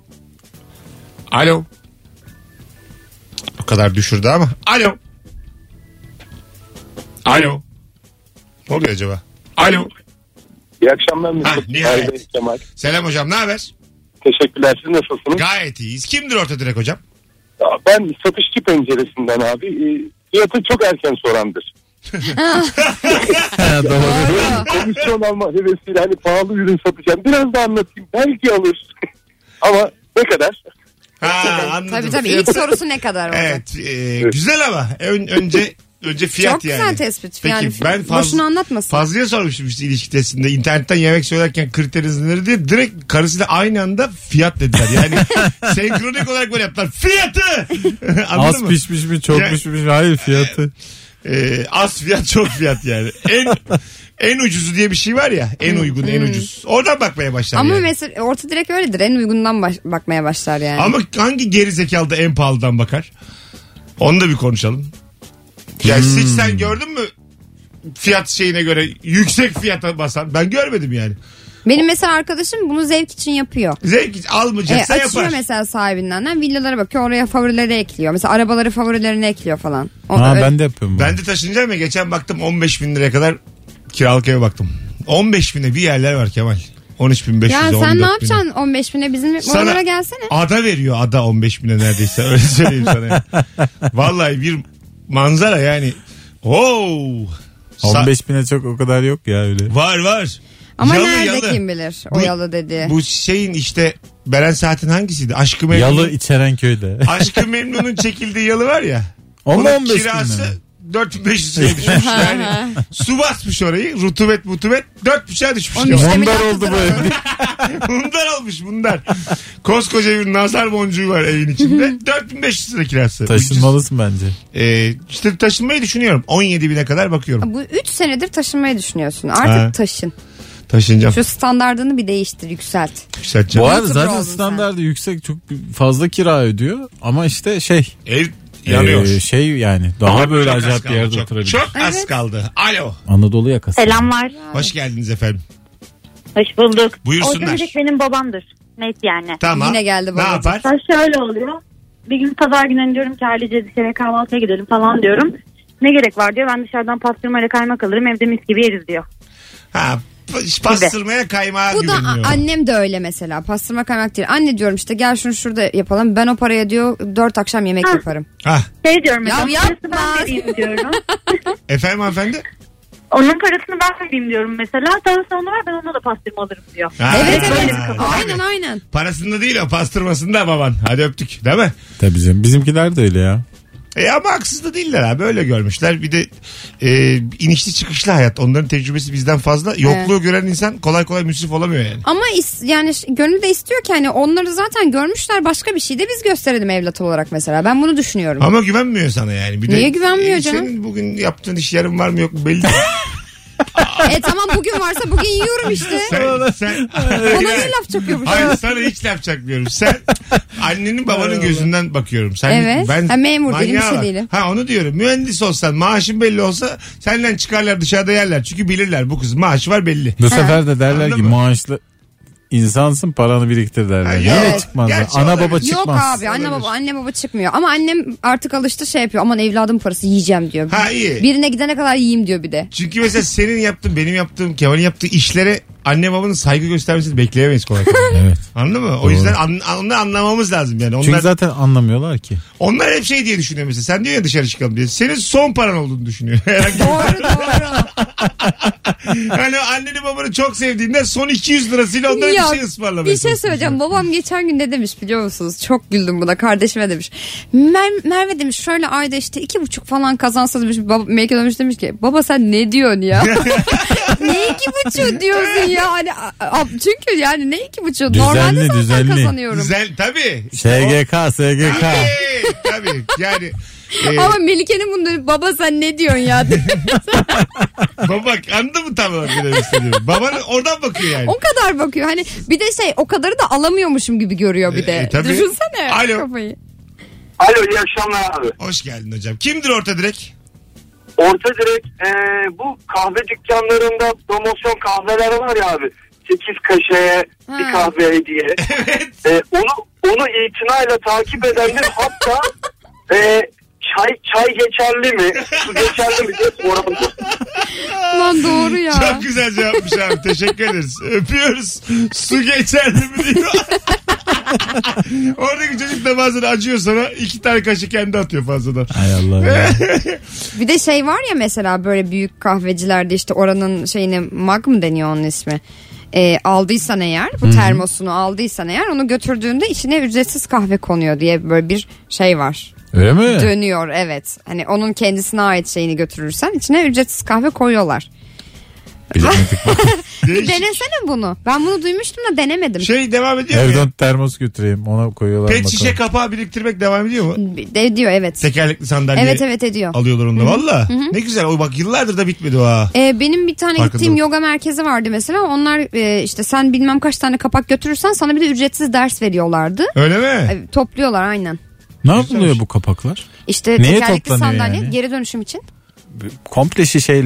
Alo. O kadar düşürdü ama. Alo. Alo. Ne oluyor acaba? Alo. İyi akşamlar Mesut. nihayet. Merve, Kemal. Selam hocam, ne haber? Teşekkürler. Siz nasılsınız? Gayet iyiyiz. Kimdir orta direk hocam? Ya ben satışçı penceresinden abi fiyatı çok erken sorandır. Doğru. Komisyon alma hevesiyle hani pahalı ürün satacağım. Biraz da anlatayım. Belki alır. Ama ne kadar? Ha, anladım. Tabii ilk sorusu ne kadar oldu? Evet, güzel ama önce fiyat Çok yani. güzel tespit. Peki, Yani ben boşuna anlatmasın. Fazlı'ya sormuştum işte ilişki testinde. İnternetten yemek söylerken kriteriniz nedir diye. Direkt karısıyla aynı anda fiyat dediler. Yani senkronik olarak böyle yaptılar. Fiyatı! Anladın Az mı? pişmiş mi çok Ya- pişmiş mi? Hayır, fiyatı. Az fiyat çok fiyat yani. En ucuzu diye bir şey var ya. En uygun en ucuz. Oradan bakmaya başlar Ama yani. mesela orta direkt öyledir. En uygundan bakmaya başlar yani. Ama hangi geri zekalı da en pahalıdan bakar? Onu da bir konuşalım. Ya hiç sen gördün mü fiyat şeyine göre yüksek fiyata basan? Ben görmedim yani. Benim mesela arkadaşım bunu zevk için yapıyor. Zevk almayacaksa Açıyor yapar. mesela sahibinden villalara bakıyor, oraya favorileri ekliyor. Mesela arabaları favorilerine ekliyor falan. Ben de yapıyorum. Ben de taşınacağım ya, geçen baktım 15 bin liraya kadar kiralık eve baktım. 15 bine bir yerler var Kemal. 13.500, Ya 14 sen ne bine. yapacaksın 15 bine, bizim oralara gelsene. Ada veriyor, ada 15 bine neredeyse, öyle söyleyeyim sana. Ya. Vallahi bir manzara yani. 15 bine çok o kadar yok ya öyle. Var. Ama yalı, nerede yalı. kim bilir o yalı dedi. Bu şeyin işte Beren Saat'in hangisiydi? Aşkı Memnun. Yalı İçerenköy'de. Aşkı Memnun'un çekildiği yalı var ya. Onun Onun 15 bin kirası lira. 4.500 liraya düşmüş. Yani su basmış orayı. Rutubet 4.5'a düşmüş. Onun işte Mundar milyar oldu bu lira. ev. Bunlar olmuş bunlar. Koskoca bir nazar boncuğu var evin içinde. 4500 lira kirası. Taşınmalısın bence. İşte taşınmayı düşünüyorum. 17 bine kadar bakıyorum. Bu 3 senedir taşınmayı düşünüyorsun. Artık Ha. taşın. Taşınacağım. Şu standardını bir değiştir, yükselt. Yükselteceğim. Bu arada YouTuber zaten oldun standardı yüksek, çok fazla kira ödüyor ama işte Ev yanıyor. Yani daha Ama böyle çok az acayip bir kaldı, yerde çok, oturabilir. Çok az Evet. kaldı. Alo. Anadolu yakası. Selamlar. Hoş geldiniz efendim. Hoş bulduk. Buyursunlar. O direkt benim babamdır. Net yani. Tamam. Yine geldi Ne babacığım. yapar? Ben şöyle oluyor. Bir gün pazar günü diyorum ki ailece dışarıya kahvaltıya gidelim falan diyorum. Ne gerek var diyor. Ben dışarıdan pastırmayla kaymak alırım. Evde mis gibi yeriz diyor. Ha, pastırmaya kaymağa Bu da güveniyor. annem de öyle mesela. Pastırma kaymak değil. Anne diyorum işte gel şunu şurada yapalım. Ben o paraya diyor 4 akşam yemek yaparım. Ha, Şey diyorum Ya mesela. yapma. Parasını ben vereyim diyorum. efendim hanımefendi? Onun parasını ben vereyim diyorum mesela. Sen onu ver, ben ona da pastırma alırım diyor. Ha, Evet ha, evet. ha, Aynen. Parasında değil o, pastırmasında baban. Hadi öptük, değil mi? Tabii canım. Bizimkiler de öyle ya. Ama haksız da değiller abi, öyle görmüşler. Bir de inişli çıkışlı hayat, onların tecrübesi bizden fazla. Yokluğu gören insan kolay kolay müsrif olamıyor yani. Ama yani gönül de istiyor ki hani onları zaten görmüşler, başka bir şey de biz gösterelim evlat olarak mesela. Ben bunu düşünüyorum. Ama güvenmiyor sana yani. Bir Niye de, güvenmiyor canım? Senin bugün yaptığın iş yarın var mı yok mu belli değil. Tamam bugün varsa bugün yiyorum işte. sen Bana ne laf çakıyormuş? Hayır, sana hiç laf çakmıyorum. Sen annenin babanın gözünden bakıyorum. Sen, Evet. Ha, memur değilim, bir manyağa şey bak. değilim. Ha, onu diyorum. Mühendis olsan, maaşın belli olsa senden çıkarlar, dışarıda yerler. Çünkü bilirler bu kızın maaşı var belli. Bu sefer de derler Anladın ki mı? maaşlı insansın, paranı biriktir derler. Ha, Yine evet. çıkmaz. Gerçi Ana olabilir. baba Yok çıkmaz. Yok abi, anne baba çıkmıyor. Ama annem artık alıştı, şey yapıyor. Aman evladım parası yiyeceğim diyor. Ha, iyi. Birine gidene kadar yiyeyim diyor bir de. Çünkü mesela senin yaptığın, benim yaptığım, Kemal'in yaptığı işlere anne babanın saygı göstermesini bekleyemeyiz kolay kolay. Evet. Anladın mı? O Doğru. yüzden onu anlamamız lazım yani. Çünkü zaten anlamıyorlar ki. Onlar hep şey diye düşünüyor mesela. Sen diyor ya dışarı çıkalım diye. Senin son paran olduğunu düşünüyor. Herhangi bir- Doğru. Hani anneni babanı çok sevdiğinde son 200 lirasıyla onlara Ya, bir şey ısmarlamaya bir şey çalışıyorsun. söyleyeceğim. Babam geçen gün ne demiş biliyor musunuz? Çok güldüm buna. Kardeşime demiş. Merve demiş şöyle ayda işte 2,5 falan kazansa demiş. Melike dönmüş demiş ki baba sen ne diyorsun ya? Ne 2,5 diyorsun ya? Hani, çünkü yani ne 2,5? Normalde zaten düzenli. kazanıyorum. Güzel tabii. SGK. Tabii yani. Ama Melike'nin bunu baba sen ne diyorsun ya? Baba anladın mı tam olarak ne demek istediğimi? Baban oradan bakıyor yani. O kadar bakıyor. Hani bir de o kadarı da alamıyormuşum gibi görüyor bir de. Tabii. Düşünsene Alo. kafayı. Alo, iyi akşamlar abi. Hoş geldin hocam. Kimdir orta direk? Orta direkt bu kahve dükkanlarında promosyon kahveler var ya abi. 8 kaşeye bir Ha. kahve hediye. Evet. Onu itinayla takip edenler hatta çay geçerli mi? Su geçerli mi diye soranlar. Lan doğru ya. Çok güzel cevapmış abi. Teşekkür ederiz. Öpüyoruz. Su geçerli mi diyor. Oradaki çocuk da bazen acıyor sana. 2 tane kaşık kendi atıyor fazladan. Hay Allah ya. Bir de var ya mesela böyle büyük kahvecilerde işte oranın mug mı deniyor onun ismi? Aldıysan eğer bu termosunu aldıysan eğer onu götürdüğünde içine ücretsiz kahve konuyor diye böyle bir şey var. Öyle mi? Dönüyor evet. Hani onun kendisine ait şeyini götürürsen içine ücretsiz kahve koyuyorlar. Bilemedik. Değişik. Denesene bunu. Ben bunu duymuştum da denemedim. Devam ediyor mu? ya? Evden termos götüreyim, ona koyuyorlar. Pet bakalım. şişe kapağı biriktirmek devam ediyor mu? Ediyor evet. Tekerlekli sandalye Evet ediyor. alıyorlar onu da. Valla. Ne güzel. O bak yıllardır da bitmedi o ha. Benim bir tane Farkında gittiğim mı? yoga merkezi vardı mesela. Onlar işte sen bilmem kaç tane kapak götürürsen sana bir de ücretsiz ders veriyorlardı. Öyle mi? Topluyorlar aynen. Ne yapılıyor bu kapaklar? İşte Neye tekerlekli toplanıyor sandalye yani? geri dönüşüm için. Komple şişeyle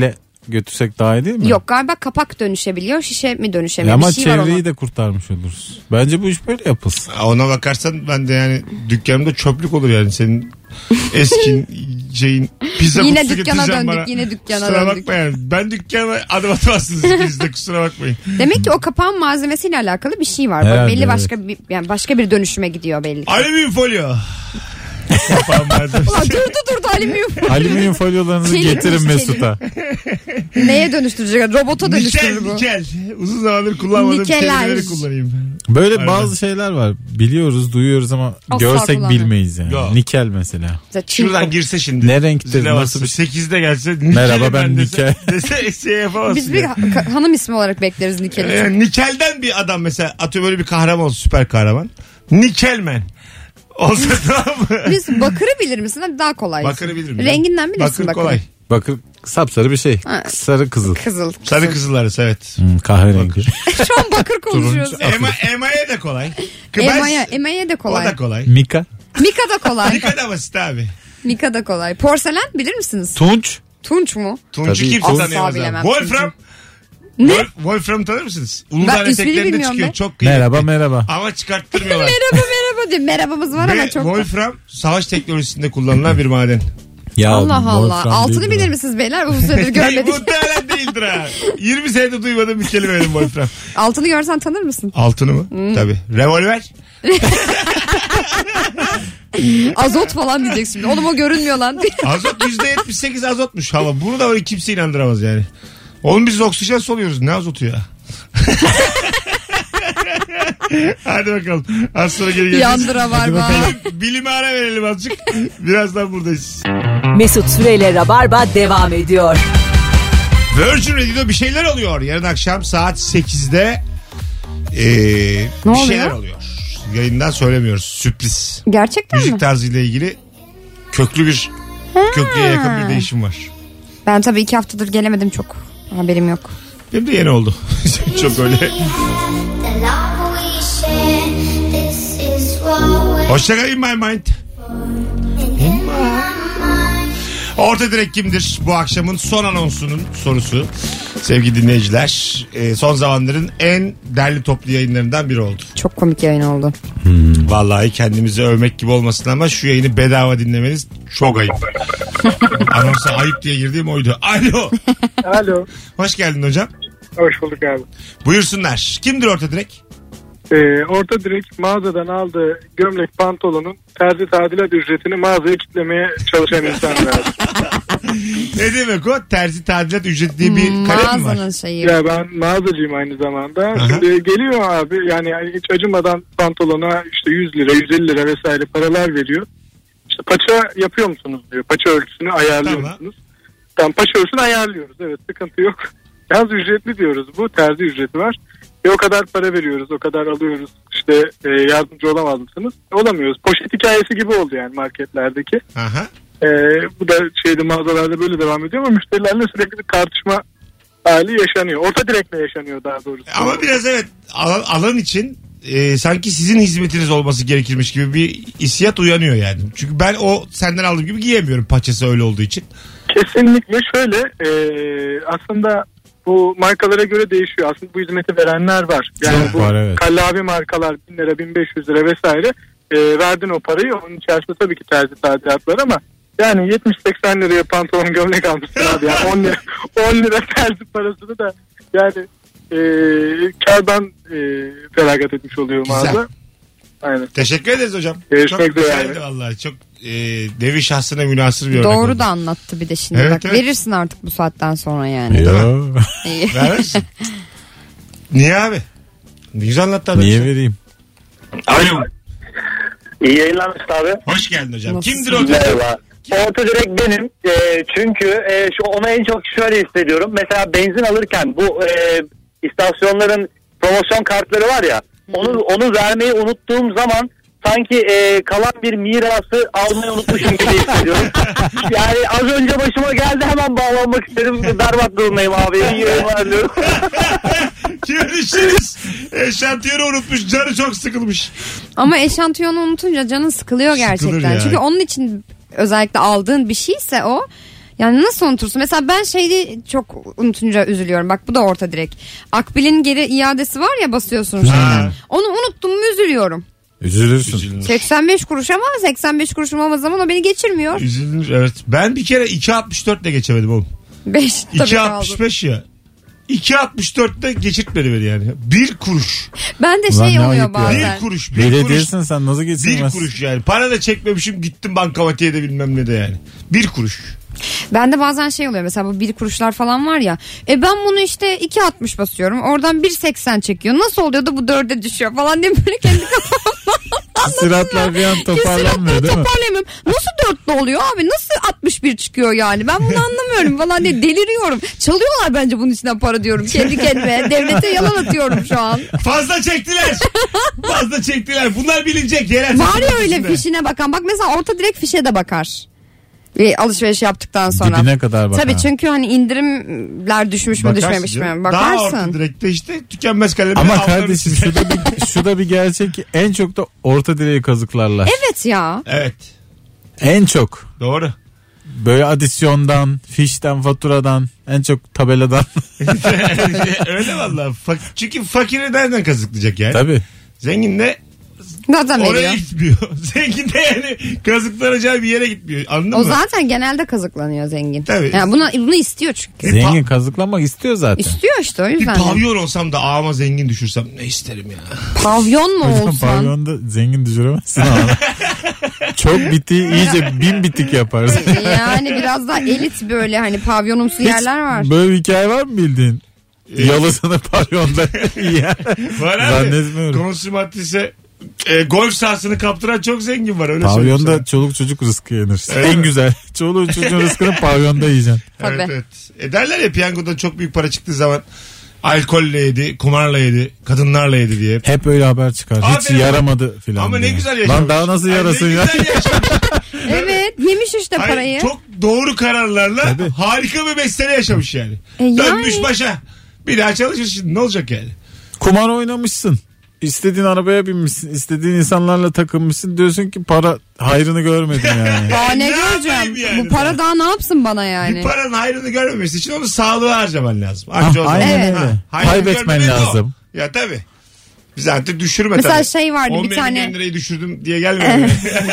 götürsek daha iyi değil mi? Yok galiba kapak dönüşebiliyor, şişe mi dönüşemiyor? Ama bir şey var çevreyi onun. de kurtarmış oluruz. Bence bu iş böyle yapılsın. Ona bakarsan ben de yani dükkanımda çöplük olur yani senin eskin şeyin pizza Yine kutusu dükkana getireceğim döndük, bana. yine dükkana kusura döndük. bakma yani. Ben dükkana adım atamazsınız ikiniz de kusura bakmayın. Demek ki o kapağın malzemesiyle alakalı bir şey var. Bak, Herhalde, belli evet. başka bir dönüşüme gidiyor belli ki. Alüminyum folyo. Kapağın malzemesi. Ulan durdu alüminyum. Alüminyum folyolarınızı Çelik getirin mi, Mesut'a. Neye dönüştürecek? Robota Nikel, dönüştürür bu. nikel. Uzun zamandır kullanmadığım Nikeler. kelimeleri kullanayım. Böyle Aynen. bazı şeyler var. Biliyoruz, duyuyoruz ama Asla görsek kullanmam. bilmeyiz yani. Yok. Nikel mesela. Şuradan girse şimdi. Ne renktir, Zile nasıl bassa, bir şey? 8'de gelse. Merhaba, ben dese, dese şey yapamazsın. Biz bir hanım ismi olarak bekleriz Nikel'i. Nikelden bir adam mesela atıyor böyle bir kahraman olsun, süper kahraman. Nikelmen. Olsa tamam mı? Biz bakırı bilir misin? Hadi daha kolay. Bakırı bilirim. Renginden bilirsin Bakır bakırı. kolay. Bakın sapsarı bir şey. Ha. Sarı kızıl. Kızıl. Sarı kızıl arası evet. Kahverengi. Şu an bakır konuşuyoruz. Emaye de kolay. Emaye de O kolay. da kolay. Mika. Mika da kolay. Mika da basit abi. Mika da kolay. Porselen bilir misiniz? Tunç. Tunç mu? Tuncu Tabii. kimse Asla tanıyamaz abi. bilemem Wolfram. Ne? Wolfram tanır mısınız? Uludağ ismini eteklerinde bilmiyorum çıkıyor. be. Çok kıymetli. Merhaba. Ama çıkarttırmıyorlar. Merhaba diye. Merhabamız var ama Ve çok. Wolfram savaş teknolojisinde kullanılan bir maden. Ya, Allah Allah. Wolfram Altını değildir bilir o. misiniz beyler? Uzun süredir görmedik. Muhtemelen değildir ha. 20 senedir duymadığım bir kelime benim Wolfram. Altını görsen tanır mısın? Altını mı? Tabii. Revolver. Azot falan diyeceksin şimdi. Oğlum o görünmüyor lan. Azot %78 azotmuş hava. Bunu da böyle kimse inandıramaz yani. Oğlum biz oksijen soluyoruz. Ne azotu ya? Hadi bakalım. Az sonra geri geleceğiz. Yandıra var mı? Bilime ara verelim azıcık. Birazdan buradayız. Mesut Süreyle Rabarba devam ediyor. Virgin Radio'da bir şeyler oluyor. Yarın akşam saat 8'de bir oluyor? şeyler oluyor. Yayından söylemiyoruz. Sürpriz. Gerçekten Müzik mi? tarzıyla ilgili köklüye yakın bir değişim var. Ben tabii 2 haftadır gelemedim çok. Haberim yok. Benim de yeni oldu. Çok öyle. Hoşçakal in my mind. Orta direk kimdir? Bu akşamın son anonsunun sorusu. Sevgili dinleyiciler. Son zamanların en derli toplu yayınlarından biri oldu. Çok komik yayın oldu. Vallahi kendimizi övmek gibi olmasın ama şu yayını bedava dinlemeniz çok ayıp. Anonsa ayıp diye girdiğim oydu. Alo. Alo. Hoş geldin hocam. Hoş bulduk abi. Buyursunlar. Kimdir orta direk? Orta direkt mağazadan aldığı gömlek pantolonun terzi tadilat ücretini mağazaya kitlemeye çalışan insanlar abi. Ne demek o? Terzi tadilat ücreti diye bir kalem mi var? Mağazanın şeyi. Ya ben mağazacıyım aynı zamanda. Aha. Şimdi geliyor abi yani hiç acımadan pantolona işte 100 lira 150 lira vesaire paralar veriyor. İşte paça yapıyor musunuz diyor. Paça ölçüsünü ayarlıyor Tamam. musunuz? Tamam paça ölçüsünü ayarlıyoruz. Evet sıkıntı yok. Yalnız ücretli diyoruz bu terzi ücreti var. O kadar para veriyoruz, o kadar alıyoruz. İşte yardımcı olamaz mısınız? Olamıyoruz. Poşet hikayesi gibi oldu yani marketlerdeki. Aha. Bu da mağazalarda böyle devam ediyor ama müşterilerle sürekli bir tartışma hali yaşanıyor. Orta direkle yaşanıyor daha doğrusu. Ama biraz evet alan için sanki sizin hizmetiniz olması gerekirmiş gibi bir hissiyat uyanıyor yani. Çünkü ben o senden aldığım gibi giyemiyorum paçası öyle olduğu için. Kesinlikle şöyle aslında bu markalara göre değişiyor. Aslında bu hizmeti verenler var. Yani Çok bu var, evet. kallavi markalar 1000 lira 1500 lira vesaire verdin o parayı. Onun içerisinde tabii ki terzi tadilatlar ama yani 70-80 liraya pantolon gömlek almışsın abi. Yani 10 lira terzi parasını da yani kardan feragat etmiş oluyor mağaza. Güzel. Aynen. Teşekkür ederiz hocam. Görüşmek Çok üzere. güzeldi vallahi. Çok nevi şahsına münasır bir örnek Doğru oldu. da anlattı bir de şimdi. Evet, Bak evet. verirsin artık bu saatten sonra yani. Yo. İyi. Verir misin? Niye abi? Ne güzel anlattı adam. Niye işte. vereyim? Alo. İyi yayınlar Mesut abi. Hoş geldin hocam. Nasılsın? Kimdir o? Merhaba. Orta direkt benim. Çünkü onu en çok şöyle hissediyorum. Mesela benzin alırken bu istasyonların promosyon kartları var ya. Onu vermeyi unuttuğum zaman sanki kalan bir mirası almayı unutmuşum gibi hissediyorum. Yani az önce başıma geldi, hemen bağlanmak istedim. Berbat durumdayım abi. İyi yayınlar diyorum. Görüşürüz. Eşantiyonu unutmuş. Canı çok sıkılmış. Ama eşantiyonu unutunca canın sıkılıyor gerçekten. ya. Çünkü onun için özellikle aldığın bir şeyse o Yani nasıl unutursun? Mesela ben şeyi çok unutunca üzülüyorum. Bak bu da orta direk. Akbil'in geri iadesi var ya, basıyorsun şeyden. Onu unuttum mu üzülüyorum. Üzülürsün. 85 kuruş ama 85 kuruşum olmaz zaman o beni geçirmiyor. Üzülür, evet. Ben bir kere 2.64 ile geçemedim oğlum. 5 tabii kaldı. 2.65 ya. 2.64'te geçirtmedi beni yani. 1 kuruş. Ben de Ulan şey ne oluyor ayıp ya. bazen. 1 kuruş. 1 Belediyesin kuruş. sen, nasıl 1 geçirmezsin? kuruş yani. Para da çekmemişim, gittim bankamatiğe de bilmem ne de yani. 1 kuruş. Ben de bazen şey oluyor mesela, bu 1 kuruşlar falan var ya. Ben bunu işte 2.60 basıyorum. Oradan 1.80 çekiyor. Nasıl oluyor da bu 4'e düşüyor falan diye böyle kendi kafamda. Sıratlar bir an toparlanmıyor değil mi? Toparlayamıyorum. Nasıl 4'lü oluyor abi? Nasıl 61 çıkıyor yani? Ben bunu anlamıyorum falan diye deliriyorum. Çalıyorlar bence bunun içinden para diyorum kendi kendime. Devlete yalan atıyorum şu an. Fazla çektiler. Fazla çektiler. Bunlar bilinecek. Yerel Var ya seçim öyle içinde. fişine bakan. Bak mesela orta direkt fişe de bakar. Alışveriş yaptıktan sonra. Dibine kadar bakar. Tabii çünkü hani indirimler düşmüş mü Bakarsın düşmemiş canım. mi? Daha orta Bakarsın. direkte işte tükenmez kalemi. Ama kardeşim şu da bir gerçek ki en çok da orta direği kazıklarlar. Evet ya. Evet. En çok. Doğru. Böyle adisyondan, fişten, faturadan, en çok tabeladan. Öyle vallahi. Çünkü fakiri nereden kazıklayacak yani? Tabii. Zengin de Zaten oraya veriyor. gitmiyor. Zengin de yani kazıklanacağı bir yere gitmiyor. Anladın O mı? zaten genelde kazıklanıyor zengin. Tabii. Yani bunu istiyor çünkü. Zengin kazıklanmak istiyor zaten. İstiyor işte o Bir yüzden. de. pavyon olsam da ağama zengin düşürsem ne isterim ya. Pavyon mu Hocam olsan? pavyonda zengin düşüremezsin ama. Çok bitiği iyice 1000 bitik yaparsın. Yani biraz daha elit böyle hani pavyonumsu Hiç yerler var. böyle bir hikaye var mı bildiğin? Yalısını pavyonda yer. Var abi. Zannetmiyorum. Konsumatrise golf sahasını kaptıran çok zengin var. Öyle söyleyeyim Pavyonda sana. çoluk çocuk rızkı yenir. Evet. En güzel. Çoluğun çocuğun rızkını pavyonda yiyeceksin. Tabii. Evet, evet. Derler ya piyangodan çok büyük para çıktığı zaman alkolle yedi, kumarla yedi, kadınlarla yedi diye. Hep öyle haber çıkar. Hiç Aferin. yaramadı filan. Ama ne diye. güzel yaşamış. Lan daha nasıl Ay, yarasın ne ya? güzel yaşamış. Evet yemiş işte Hayır, parayı. çok doğru kararlarla Tabii. harika bir mesele yaşamış yani. Yani. Dönmüş başa. Bir daha çalışır şimdi ne olacak yani? Kumar oynamışsın. İstediğin arabaya binmişsin. İstediğin insanlarla takılmışsın. Diyorsun ki para hayrını görmedim yani. Daha ne Ne göreceğim? yapayım yani Bu para daha ne yapsın bana Bir yani? paranın hayrını görmemesi için onu sağlığa harcaman lazım. Anca o zaman. Aynen Evet. öyle. Hayrını Kaybetmen görmemek o. lazım. Ya tabii. Bize artık düşürme Mesela tabii. şey vardı, bir 11 tane- milyon lirayı düşürdüm diye gelmiyor.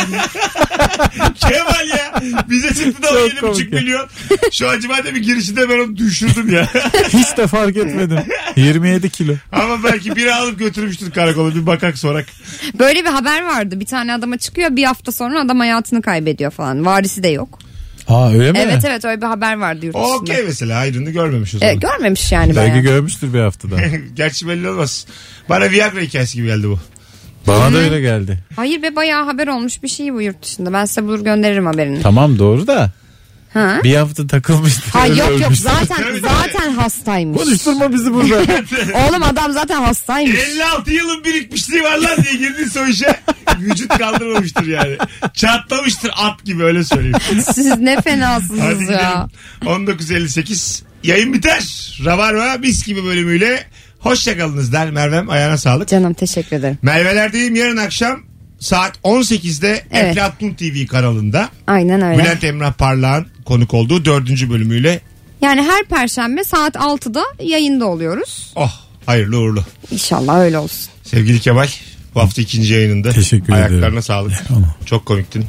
Kemal ya. Bize çıktı da Çok 17,5 komik ya. milyon. Şu Acıbadem'in bir girişinde ben onu düşürdüm ya. Hiç de fark etmedim. 27 kilo. Ama belki biri alıp götürmüştür karakola bir bakak sorak. Böyle bir haber vardı. Bir tane adama çıkıyor, bir hafta sonra adam hayatını kaybediyor falan. Varisi de yok. Aa öyle mi? Evet evet öyle bir haber vardı yurt O dışında. okey mesela hayrını görmemiş o zaman. Görmemiş yani Belki bayağı. görmüştür bir haftada. Gerçi belli olmaz. Bana Viagra hikayesi gibi geldi bu. Bana da öyle geldi. Hayır be, bayağı haber olmuş bir şey bu yurt dışında. Ben size bulur gönderirim haberini. Tamam doğru da. Ha? Bir hafta takılmıştı. Ha öyle yok yok ölmüştü. zaten hastaymış. Konuşturma bizi burada. Oğlum adam zaten hastaymış. 56 yılın birikmişliği var lan diye girdiyse o işe vücut kaldırmamıştır yani. Çatlamıştır at gibi, öyle söyleyeyim. Siz ne Hadi fenasınız gidelim. ya. 19.58 yayın biter. Rabarba mis gibi bölümüyle hoşçakalınız der Merve'm, ayağına sağlık. Canım teşekkür ederim. Merve'lerdeyim yarın akşam saat 18'de Evet. Eflatun TV kanalında. Aynen öyle. Bülent Emrah Parlak'ın konuk olduğu 4. bölümüyle. Yani her perşembe saat 6'da yayında oluyoruz. Oh hayırlı uğurlu. İnşallah öyle olsun. Sevgili Kemal, bu hafta 2. yayınında. Teşekkür ederim. Ayaklarına sağlık. Eyvallah. Çok komiktin.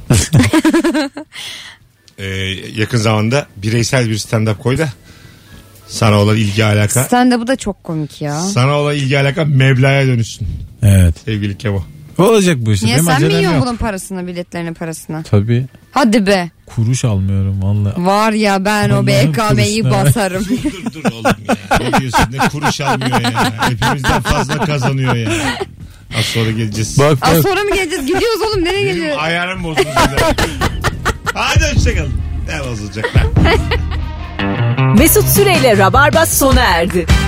Yakın zamanda bireysel bir stand-up koy da sana olan ilgi alaka. Stand-up'ı da çok komik ya. Sana olan ilgi alaka meblağa dönüşsün Evet. sevgili Kemal. Olacak bu işte. Niye Benim sen mi acelem yiyorsun yok. bunun parasını, biletlerinin parasını? Tabii. Hadi be. Kuruş almıyorum valla. Var ya ben o Allah'ım BKM'yi kuruşuna. basarım. Dur oğlum ya. Ne diyorsun, ne kuruş almıyor ya. Hepimizden fazla kazanıyor ya. Az sonra geleceğiz. Bak Az bak. sonra mı geleceğiz? Gidiyoruz oğlum, nereye Benim gidiyoruz? ayarım bozuldu. Hadi hoşçakalın. Ne bozulacak lan? Mesut Süreyle Rabarba sona erdi.